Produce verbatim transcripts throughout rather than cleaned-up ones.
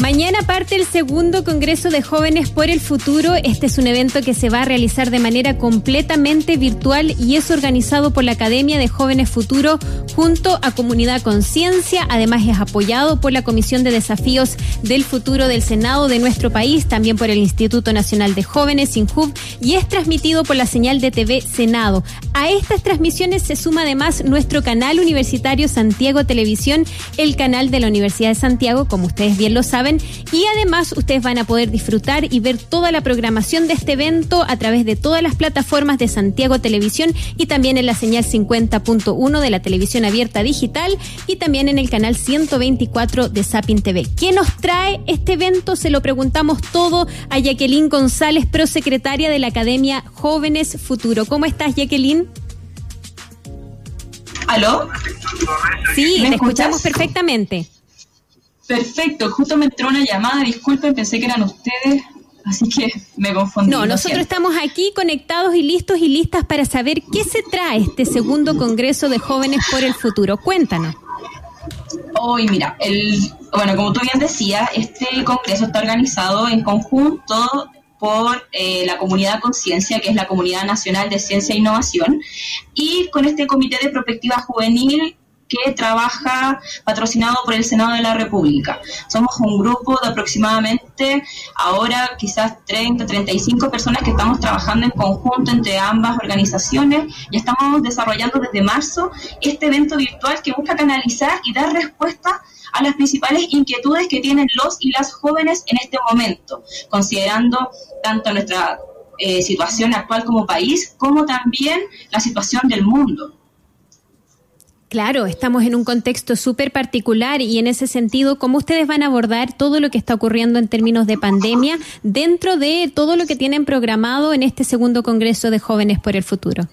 Mañana parte el segundo Congreso de Jóvenes por el Futuro. Este es un evento que se va a realizar de manera completamente virtual y es organizado por la Academia de Jóvenes Futuro junto a Comunidad Conciencia. Además es apoyado por la Comisión de Desafíos del Futuro del Senado de nuestro país, también por el Instituto Nacional de Jóvenes, INJUV, y es transmitido por la señal de T V Senado. A estas transmisiones se suma además nuestro canal universitario Santiago Televisión, el canal de la Universidad de Santiago, como ustedes bien lo saben, y además ustedes van a poder disfrutar y ver toda la programación de este evento a través de todas las plataformas de Santiago Televisión y también en la señal cincuenta punto uno de la televisión abierta digital y también en el canal ciento veinticuatro de Sapin T V. ¿Qué nos trae este evento? Se lo preguntamos todo a Jacqueline González, prosecretaria de la Academia Jóvenes Futuro. ¿Cómo estás, Jacqueline? ¿Aló? Sí, te escuchamos perfectamente. Perfecto, justo me entró una llamada, disculpen, pensé que eran ustedes, así que me confundí. No, nosotros estamos aquí conectados y listos y listas para saber qué se trae este segundo Congreso de Jóvenes por el Futuro. Cuéntanos. Hoy, mira, el, bueno, como tú bien decías, este congreso está organizado en conjunto por eh, la Comunidad Conciencia, que es la Comunidad Nacional de Ciencia e Innovación, y con este Comité de Prospectiva Juvenil que trabaja patrocinado por el Senado de la República. Somos un grupo de aproximadamente ahora quizás treinta, treinta y cinco personas que estamos trabajando en conjunto entre ambas organizaciones y estamos desarrollando desde marzo este evento virtual que busca canalizar y dar respuesta a las principales inquietudes que tienen los y las jóvenes en este momento, considerando tanto nuestra eh, situación actual como país, como también la situación del mundo. Claro, estamos en un contexto súper particular y en ese sentido, ¿cómo ustedes van a abordar todo lo que está ocurriendo en términos de pandemia dentro de todo lo que tienen programado en este segundo Congreso de Jóvenes por el Futuro?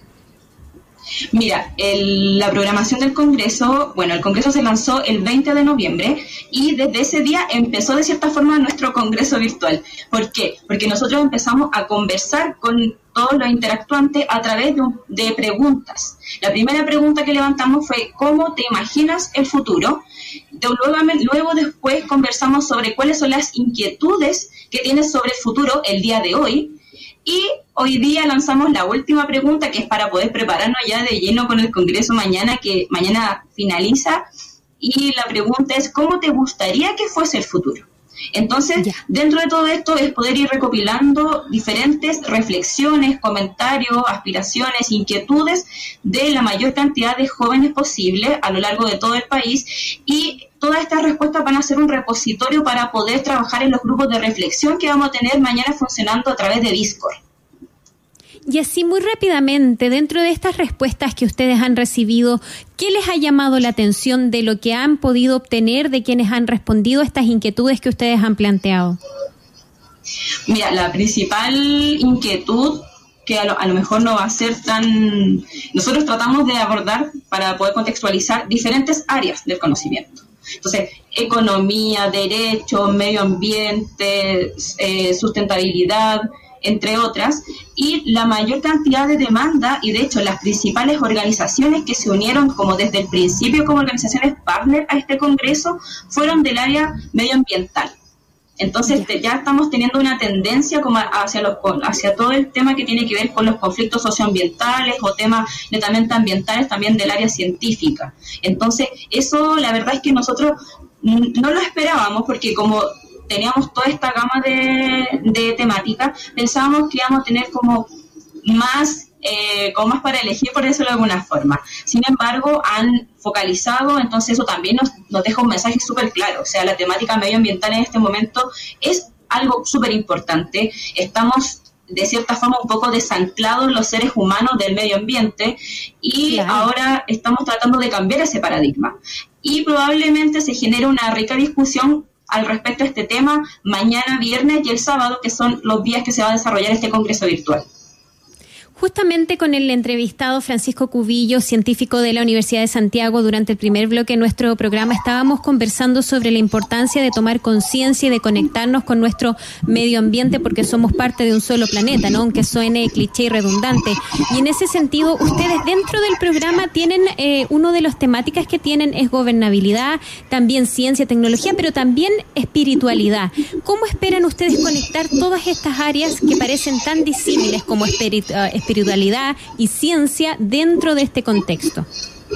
Mira, el, la programación del Congreso, bueno, el Congreso se lanzó el veinte de noviembre y desde ese día empezó de cierta forma nuestro Congreso virtual. ¿Por qué? Porque nosotros empezamos a conversar con todos los interactuantes a través de, de preguntas. La primera pregunta que levantamos fue ¿cómo te imaginas el futuro? Luego, luego después conversamos sobre cuáles son las inquietudes que tienes sobre el futuro el día de hoy. Y hoy día lanzamos la última pregunta, que es para poder prepararnos ya de lleno con el Congreso mañana, que mañana finaliza. Y la pregunta es, ¿cómo te gustaría que fuese el futuro? Entonces, ya. Dentro de todo esto es poder ir recopilando diferentes reflexiones, comentarios, aspiraciones, inquietudes de la mayor cantidad de jóvenes posible a lo largo de todo el país, y todas estas respuestas van a ser un repositorio para poder trabajar en los grupos de reflexión que vamos a tener mañana funcionando a través de Discord. Y así muy rápidamente, dentro de estas respuestas que ustedes han recibido, ¿qué les ha llamado la atención de lo que han podido obtener de quienes han respondido a estas inquietudes que ustedes han planteado? Mira, la principal inquietud, que a lo, a lo mejor no va a ser tan... Nosotros tratamos de abordar, para poder contextualizar, diferentes áreas del conocimiento. Entonces, economía, derecho, medio ambiente, eh, sustentabilidad, entre otras, y la mayor cantidad de demanda, y de hecho las principales organizaciones que se unieron como desde el principio como organizaciones partner a este congreso, fueron del área medioambiental. Entonces ya estamos teniendo una tendencia como hacia, los, hacia todo el tema que tiene que ver con los conflictos socioambientales o temas netamente ambientales también del área científica. Entonces eso la verdad es que nosotros no lo esperábamos, porque como teníamos toda esta gama de, de temática, pensábamos que íbamos a tener como más, eh, como más para elegir, por decirlo de alguna forma. Sin embargo, han focalizado, entonces eso también nos, nos deja un mensaje súper claro. O sea, la temática medioambiental en este momento es algo súper importante. Estamos de cierta forma un poco desanclados los seres humanos del medio ambiente y claro. Ahora estamos tratando de cambiar ese paradigma. Y probablemente se genere una rica discusión al respecto a este tema mañana viernes y el sábado, que son los días que se va a desarrollar este congreso virtual. Justamente con el entrevistado Francisco Cubillo, científico de la Universidad de Santiago, durante el primer bloque de nuestro programa estábamos conversando sobre la importancia de tomar conciencia y de conectarnos con nuestro medio ambiente porque somos parte de un solo planeta, ¿no? Aunque suene cliché y redundante. Y en ese sentido, ustedes dentro del programa tienen, eh, uno de las temáticas que tienen es gobernabilidad, también ciencia, tecnología, pero también espiritualidad. ¿Cómo esperan ustedes conectar todas estas áreas que parecen tan disímiles como espiritu- espiritualidad y ciencia dentro de este contexto?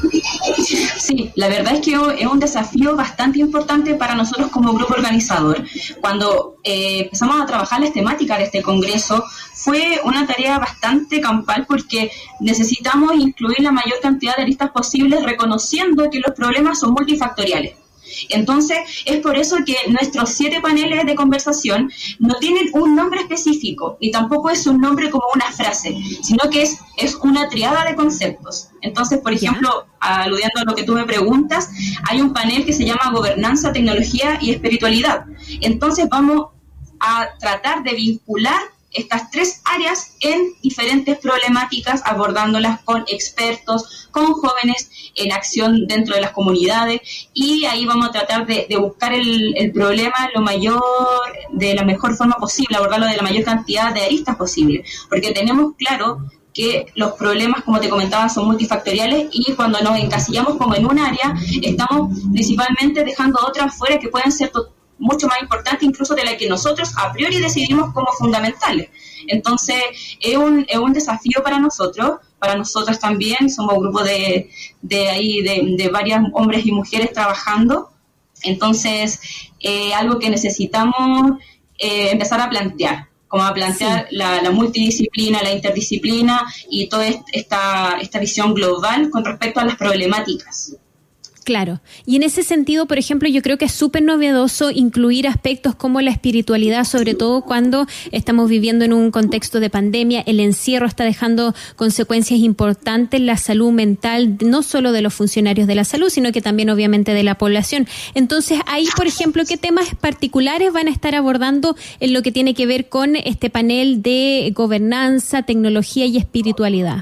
Sí, la verdad es que es un desafío bastante importante para nosotros como grupo organizador. Cuando eh, empezamos a trabajar las temáticas de este congreso, fue una tarea bastante campal porque necesitamos incluir la mayor cantidad de aristas posibles, reconociendo que los problemas son multifactoriales. Entonces, es por eso que nuestros siete paneles de conversación no tienen un nombre específico y tampoco es un nombre como una frase, sino que es, es una triada de conceptos. Entonces, por ejemplo, aludiendo a lo que tú me preguntas, hay un panel que se llama Gobernanza, Tecnología y Espiritualidad. Entonces, vamos a tratar de vincular estas tres áreas en diferentes problemáticas, abordándolas con expertos, con jóvenes en acción dentro de las comunidades, y ahí vamos a tratar de, de buscar el, el problema lo mayor, de la mejor forma posible, abordarlo de la mayor cantidad de aristas posible, porque tenemos claro que los problemas, como te comentaba, son multifactoriales y cuando nos encasillamos como en un área, estamos principalmente dejando otras fuera que pueden ser totalmente mucho más importante incluso de la que nosotros a priori decidimos como fundamentales. Entonces, es un, es un desafío para nosotros, para nosotros también, somos un grupo de, de ahí, de, de varios hombres y mujeres trabajando. Entonces, eh, algo que necesitamos eh, empezar a plantear, como a plantear sí. la, la multidisciplina, la interdisciplina y toda esta, esta visión global con respecto a las problemáticas. Claro, y en ese sentido, por ejemplo, yo creo que es súper novedoso incluir aspectos como la espiritualidad, sobre todo cuando estamos viviendo en un contexto de pandemia. El encierro está dejando consecuencias importantes en la salud mental, no solo de los funcionarios de la salud, sino que también obviamente de la población. Entonces, ahí, por ejemplo, ¿qué temas particulares van a estar abordando en lo que tiene que ver con este panel de gobernanza, tecnología y espiritualidad?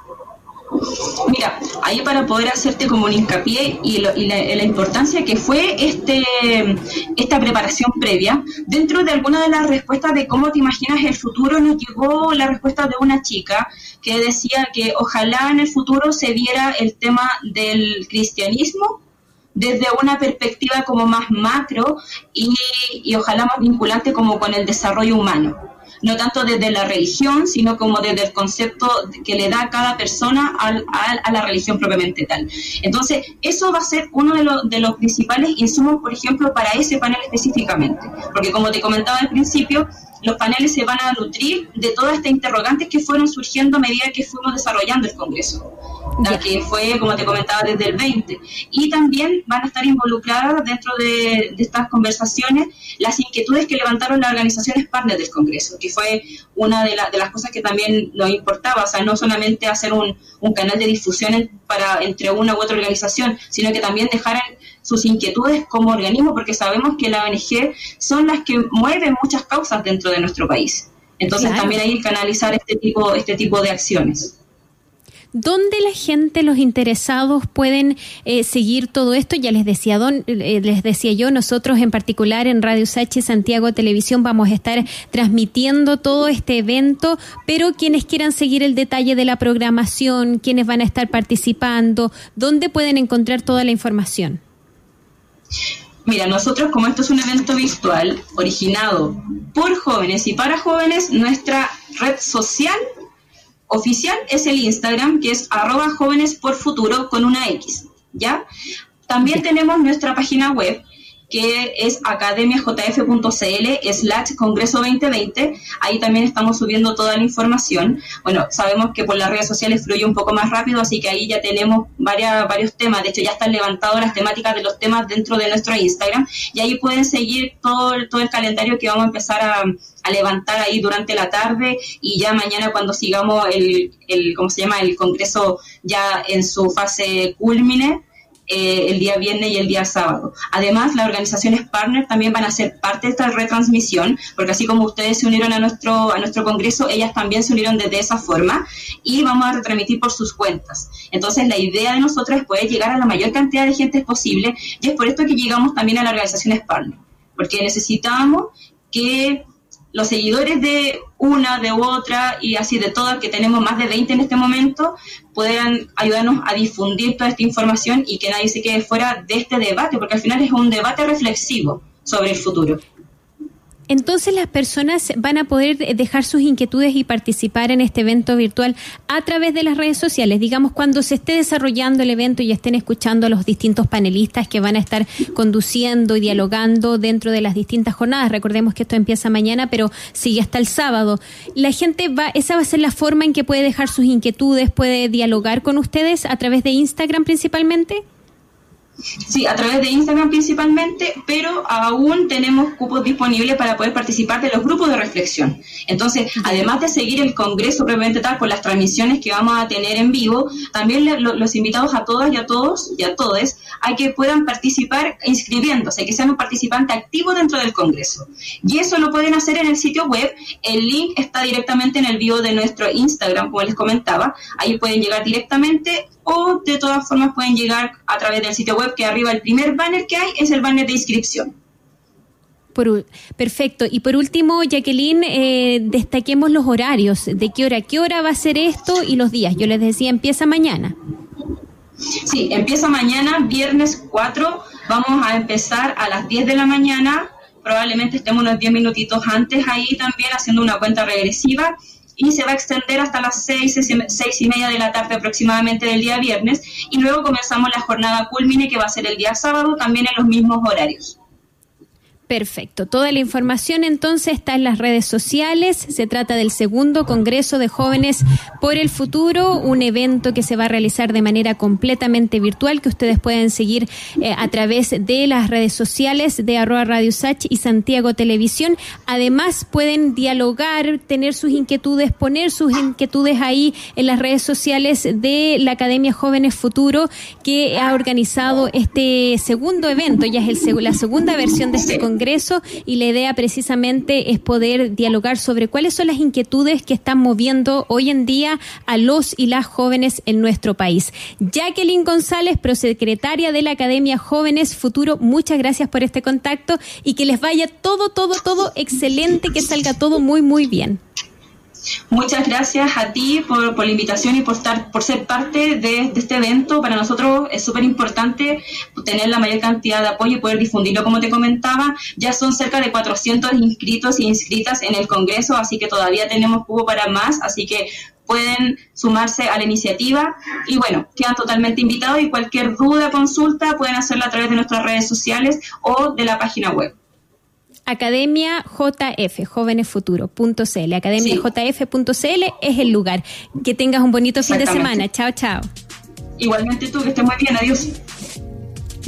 Mira, ahí para poder hacerte como un hincapié y, lo, y la, la importancia que fue este esta preparación previa, dentro de alguna de las respuestas de cómo te imaginas el futuro, nos llegó la respuesta de una chica que decía que ojalá en el futuro se viera el tema del cristianismo desde una perspectiva como más macro y, y ojalá más vinculante como con el desarrollo humano. No tanto desde la religión, sino como desde el concepto que le da a cada persona al, a, a la religión propiamente tal. Entonces, eso va a ser uno de, lo, de los principales insumos, por ejemplo, para ese panel específicamente. Porque como te comentaba al principio, los paneles se van a nutrir de todas estas interrogantes que fueron surgiendo a medida que fuimos desarrollando el Congreso, la que fue, como te comentaba, desde el veinte. Y también van a estar involucradas dentro de, de estas conversaciones las inquietudes que levantaron las organizaciones partners del Congreso, que fue una de, la, de las cosas que también nos importaba, o sea, no solamente hacer un, un canal de difusión en, para, entre una u otra organización, sino que también dejaran sus inquietudes como organismo, porque sabemos que la O N G son las que mueven muchas causas dentro de nuestro país. Entonces, claro, también hay que canalizar este tipo, este tipo de acciones. ¿Dónde la gente, los interesados, pueden eh, seguir todo esto? Ya les decía don, eh, les decía yo, nosotros en particular en Radio Sachi Santiago Televisión vamos a estar transmitiendo todo este evento, pero quienes quieran seguir el detalle de la programación, quienes van a estar participando, ¿dónde pueden encontrar toda la información? Mira, nosotros, como esto es un evento virtual originado por jóvenes y para jóvenes, nuestra red social oficial es el Instagram, que es arroba jóvenes por futuro con una X, ¿ya? También tenemos nuestra página web, que es academia j f punto c l slash congreso veinte veinte. Ahí también estamos subiendo toda la información. Bueno, sabemos que por las redes sociales fluye un poco más rápido, así que ahí ya tenemos varias, varios temas. De hecho, ya están levantadas las temáticas de los temas dentro de nuestro Instagram, y ahí pueden seguir todo, todo el calendario que vamos a empezar a, a levantar ahí durante la tarde, y ya mañana cuando sigamos el, el, ¿cómo se llama?, el congreso ya en su fase cúlmine, eh, el día viernes y el día sábado. Además, las organizaciones partner también van a ser parte de esta retransmisión, porque así como ustedes se unieron a nuestro, a nuestro congreso, ellas también se unieron de, de esa forma y vamos a retransmitir por sus cuentas. Entonces, la idea de nosotros es poder llegar a la mayor cantidad de gente posible y es por esto que llegamos también a las organizaciones partner, porque necesitamos que los seguidores de una, de otra y así de todas, que tenemos más de veinte en este momento, puedan ayudarnos a difundir toda esta información y que nadie se quede fuera de este debate, porque al final es un debate reflexivo sobre el futuro. Entonces las personas van a poder dejar sus inquietudes y participar en este evento virtual a través de las redes sociales. Digamos, cuando se esté desarrollando el evento y estén escuchando a los distintos panelistas que van a estar conduciendo y dialogando dentro de las distintas jornadas. Recordemos que esto empieza mañana, pero sigue hasta el sábado. La gente va, esa va a ser la forma en que puede dejar sus inquietudes, puede dialogar con ustedes a través de Instagram principalmente. Sí, a través de Instagram principalmente, pero aún tenemos cupos disponibles para poder participar de los grupos de reflexión. Entonces, además de seguir el congreso propiamente tal con las transmisiones que vamos a tener en vivo, también le, lo, los invitados a todas y a todos y a todes a que puedan participar inscribiéndose, que sean un participante activo dentro del congreso. Y eso lo pueden hacer en el sitio web. El link está directamente en el bio de nuestro Instagram, como les comentaba. Ahí pueden llegar directamente o de todas formas pueden llegar a través del sitio web, que arriba el primer banner que hay es el banner de inscripción. Por, perfecto. Y por último, Jacqueline, eh, destaquemos los horarios. ¿De qué hora a qué hora va a ser esto y los días? Yo les decía, empieza mañana. Sí, empieza mañana, viernes cuatro. Vamos a empezar a las diez de la mañana. Probablemente estemos unos diez minutitos antes ahí también haciendo una cuenta regresiva. Y se va a extender hasta las seis, seis y media de la tarde aproximadamente del día viernes, y luego comenzamos la jornada culmine, que va a ser el día sábado, también en los mismos horarios. Perfecto. Toda la información entonces está en las redes sociales. Se trata del segundo Congreso de Jóvenes por el Futuro, un evento que se va a realizar de manera completamente virtual, que ustedes pueden seguir eh, a través de las redes sociales de arroba Radio Sach y Santiago Televisión. Además pueden dialogar, tener sus inquietudes, poner sus inquietudes ahí en las redes sociales de la Academia Jóvenes Futuro, que ha organizado este segundo evento. Ya es el, la segunda versión de este Congreso. Congreso, y la idea precisamente es poder dialogar sobre cuáles son las inquietudes que están moviendo hoy en día a los y las jóvenes en nuestro país. Jacqueline González, prosecretaria de la Academia Jóvenes Futuro, muchas gracias por este contacto y que les vaya todo, todo, todo excelente, que salga todo muy, muy bien. Muchas gracias a ti por, por la invitación y por estar, por ser parte de, de este evento. Para nosotros es súper importante tener la mayor cantidad de apoyo y poder difundirlo, como te comentaba. Ya son cerca de cuatrocientos inscritos e inscritas en el Congreso, así que todavía tenemos cupo para más, así que pueden sumarse a la iniciativa y bueno, quedan totalmente invitados, y cualquier duda, consulta, pueden hacerla a través de nuestras redes sociales o de la página web. Academia J F, jóvenes futuro punto c l, academia j f punto c l es el lugar. Que tengas un bonito fin de semana. Chao, chao. Igualmente tú, que estés muy bien. Adiós.